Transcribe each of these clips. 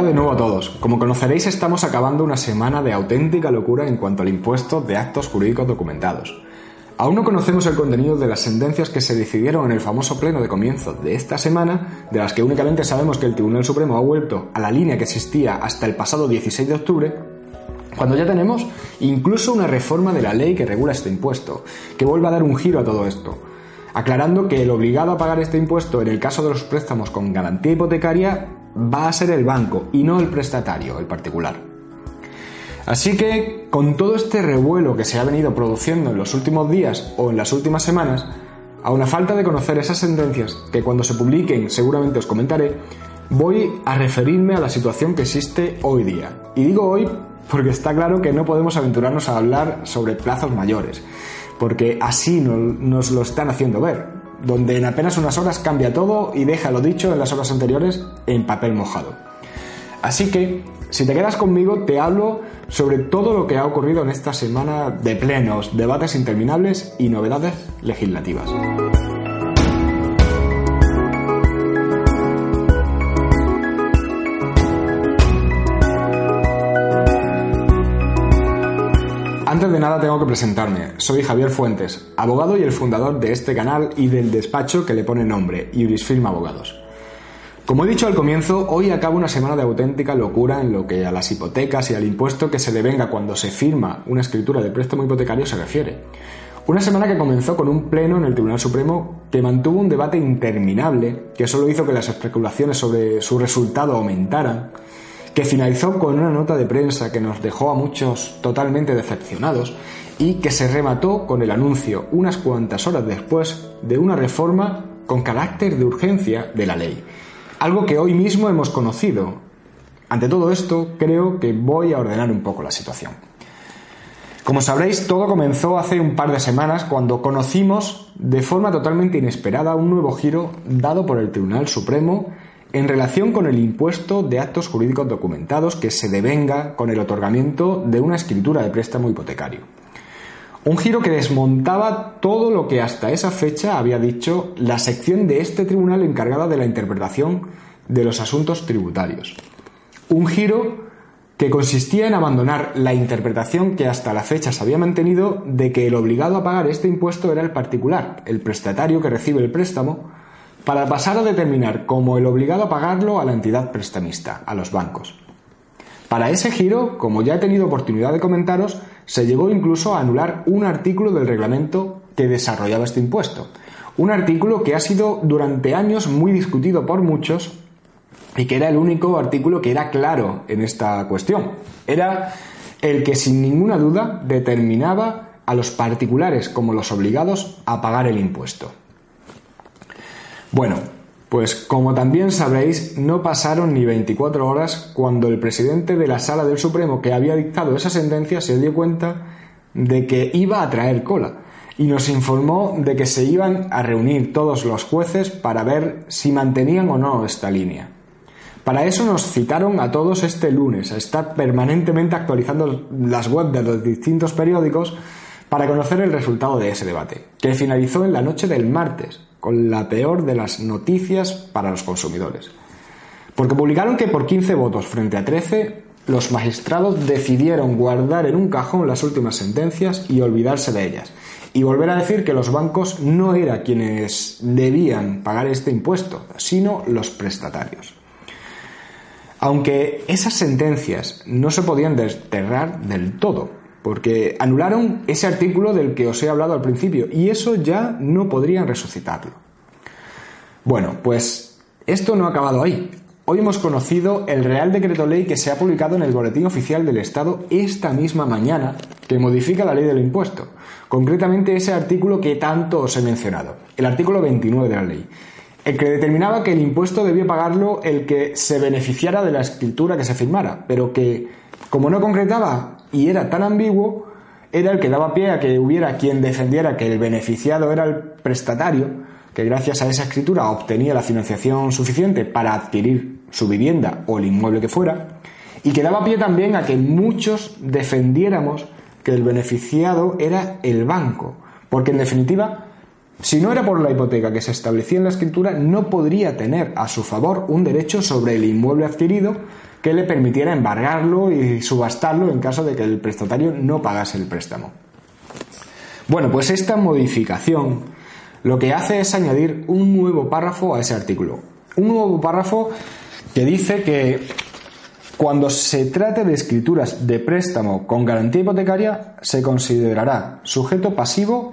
de nuevo a todos. Como conoceréis, estamos acabando una semana de auténtica locura en cuanto al impuesto de actos jurídicos documentados. Aún no conocemos el contenido de las sentencias que se decidieron en el famoso pleno de comienzo de esta semana, de las que únicamente sabemos que el Tribunal Supremo ha vuelto a la línea que existía hasta el pasado 16 de octubre, cuando ya tenemos incluso una reforma de la ley que regula este impuesto, que vuelve a dar un giro a todo esto, aclarando que el obligado a pagar este impuesto en el caso de los préstamos con garantía hipotecaria va a ser el banco y no el prestatario, el particular. Así que, con todo este revuelo que se ha venido produciendo en los últimos días o en las últimas semanas, aun a falta de conocer esas sentencias que cuando se publiquen seguramente os comentaré, voy a referirme a la situación que existe hoy día. Y digo hoy porque está claro que no podemos aventurarnos a hablar sobre plazos mayores, porque así nos lo están haciendo ver, donde en apenas unas horas cambia todo y deja lo dicho en las horas anteriores en papel mojado. Así que, si te quedas conmigo, te hablo sobre todo lo que ha ocurrido en esta semana de plenos, debates interminables y novedades legislativas. Antes de nada tengo que presentarme. Soy Javier Fuentes, abogado y el fundador de este canal y del despacho que le pone nombre, Jurisfirma Abogados. Como he dicho al comienzo, hoy acaba una semana de auténtica locura en lo que a las hipotecas y al impuesto que se devenga cuando se firma una escritura de préstamo hipotecario se refiere. Una semana que comenzó con un pleno en el Tribunal Supremo que mantuvo un debate interminable que solo hizo que las especulaciones sobre su resultado aumentaran, que finalizó con una nota de prensa que nos dejó a muchos totalmente decepcionados y que se remató con el anuncio, unas cuantas horas después, de una reforma con carácter de urgencia de la ley. Algo que hoy mismo hemos conocido. Ante todo esto, creo que voy a ordenar un poco la situación. Como sabréis, todo comenzó hace un par de semanas cuando conocimos de forma totalmente inesperada un nuevo giro dado por el Tribunal Supremo en relación con el impuesto de actos jurídicos documentados que se devenga con el otorgamiento de una escritura de préstamo hipotecario. Un giro que desmontaba todo lo que hasta esa fecha había dicho la sección de este tribunal encargada de la interpretación de los asuntos tributarios. Un giro que consistía en abandonar la interpretación que hasta la fecha se había mantenido de que el obligado a pagar este impuesto era el particular, el prestatario que recibe el préstamo, para pasar a determinar como el obligado a pagarlo a la entidad prestamista, a los bancos. Para ese giro, como ya he tenido oportunidad de comentaros, se llegó incluso a anular un artículo del reglamento que desarrollaba este impuesto. Un artículo que ha sido durante años muy discutido por muchos y que era el único artículo que era claro en esta cuestión. Era el que sin ninguna duda determinaba a los particulares como los obligados a pagar el impuesto. Bueno, pues como también sabréis, no pasaron ni 24 horas cuando el presidente de la Sala del Supremo que había dictado esa sentencia se dio cuenta de que iba a traer cola y nos informó de que se iban a reunir todos los jueces para ver si mantenían o no esta línea. Para eso nos citaron a todos este lunes a estar permanentemente actualizando las webs de los distintos periódicos para conocer el resultado de ese debate, que finalizó en la noche del martes, con la peor de las noticias para los consumidores. Porque publicaron que por 15 votos frente a 13, los magistrados decidieron guardar en un cajón las últimas sentencias y olvidarse de ellas, y volver a decir que los bancos no eran quienes debían pagar este impuesto, sino los prestatarios. Aunque esas sentencias no se podían desterrar del todo, porque anularon ese artículo del que os he hablado al principio y eso ya no podrían resucitarlo. Bueno, pues esto no ha acabado ahí. Hoy hemos conocido el Real Decreto Ley que se ha publicado en el Boletín Oficial del Estado esta misma mañana, que modifica la ley del impuesto, concretamente ese artículo que tanto os he mencionado, el artículo 29 de la ley, el que determinaba que el impuesto debía pagarlo el que se beneficiara de la escritura que se firmara, pero que, como no concretaba y era tan ambiguo, era el que daba pie a que hubiera quien defendiera que el beneficiado era el prestatario, que gracias a esa escritura obtenía la financiación suficiente para adquirir su vivienda o el inmueble que fuera, y que daba pie también a que muchos defendiéramos que el beneficiado era el banco, porque en definitiva, si no era por la hipoteca que se establecía en la escritura, no podría tener a su favor un derecho sobre el inmueble adquirido que le permitiera embargarlo y subastarlo en caso de que el prestatario no pagase el préstamo. Bueno, pues esta modificación lo que hace es añadir un nuevo párrafo a ese artículo. Un nuevo párrafo que dice que cuando se trate de escrituras de préstamo con garantía hipotecaria, se considerará sujeto pasivo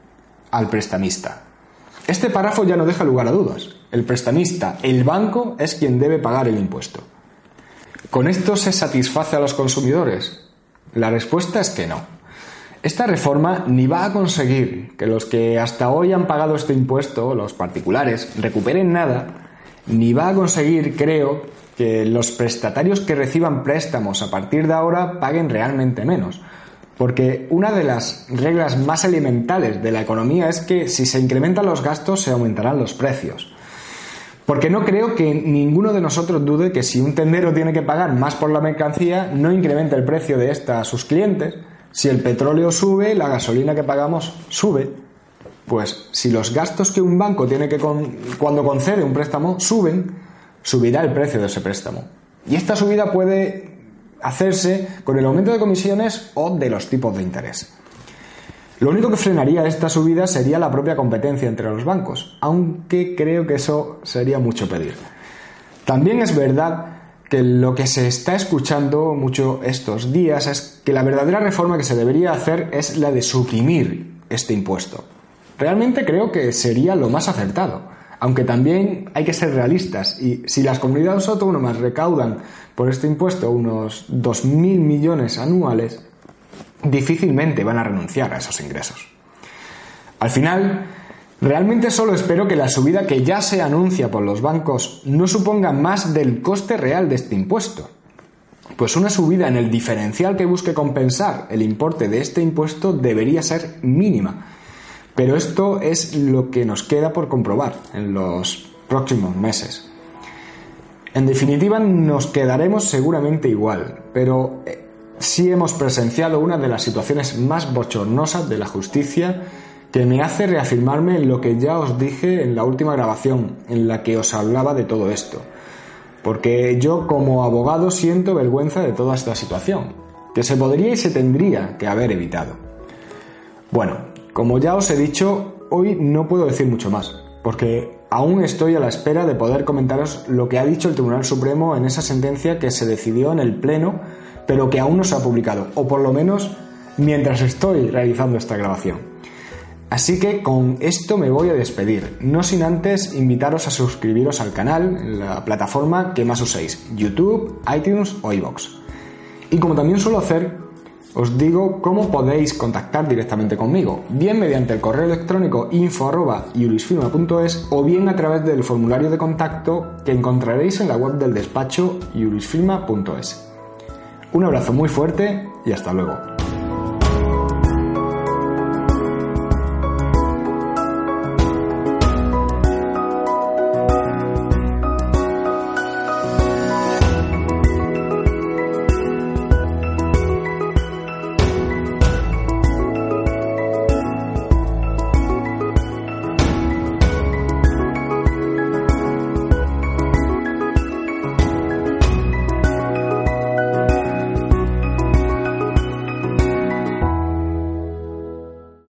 al prestamista. Este párrafo ya no deja lugar a dudas. El prestamista, el banco, es quien debe pagar el impuesto. ¿Con esto se satisface a los consumidores? La respuesta es que no. Esta reforma ni va a conseguir que los que hasta hoy han pagado este impuesto, los particulares, recuperen nada, ni va a conseguir, creo, que los prestatarios que reciban préstamos a partir de ahora paguen realmente menos. Porque una de las reglas más elementales de la economía es que si se incrementan los gastos se aumentarán los precios. Porque no creo que ninguno de nosotros dude que si un tendero tiene que pagar más por la mercancía, no incrementa el precio de esta a sus clientes. Si el petróleo sube, la gasolina que pagamos sube. Pues si los gastos que un banco tiene que cuando concede un préstamo suben, subirá el precio de ese préstamo. Y esta subida puede hacerse con el aumento de comisiones o de los tipos de interés. Lo único que frenaría esta subida sería la propia competencia entre los bancos, aunque creo que eso sería mucho pedir. También es verdad que lo que se está escuchando mucho estos días es que la verdadera reforma que se debería hacer es la de suprimir este impuesto. Realmente creo que sería lo más acertado, aunque también hay que ser realistas y si las comunidades autónomas recaudan por este impuesto unos 2.000 millones anuales, difícilmente van a renunciar a esos ingresos. Al final, realmente solo espero que la subida que ya se anuncia por los bancos no suponga más del coste real de este impuesto, pues una subida en el diferencial que busque compensar el importe de este impuesto debería ser mínima. Pero esto es lo que nos queda por comprobar en los próximos meses. En definitiva, nos quedaremos seguramente igual, pero sí hemos presenciado una de las situaciones más bochornosas de la justicia que me hace reafirmarme en lo que ya os dije en la última grabación, en la que os hablaba de todo esto. Porque yo como abogado siento vergüenza de toda esta situación, que se podría y se tendría que haber evitado. Bueno, como ya os he dicho, hoy no puedo decir mucho más, porque aún estoy a la espera de poder comentaros lo que ha dicho el Tribunal Supremo en esa sentencia que se decidió en el Pleno, pero que aún no se ha publicado, o por lo menos mientras estoy realizando esta grabación. Así que con esto me voy a despedir, no sin antes invitaros a suscribiros al canal en la plataforma que más uséis, YouTube, iTunes o iVoox. Y como también suelo hacer, os digo cómo podéis contactar directamente conmigo, bien mediante el correo electrónico info@jurisfirma.es o bien a través del formulario de contacto que encontraréis en la web del despacho jurisfirma.es. Un abrazo muy fuerte y hasta luego.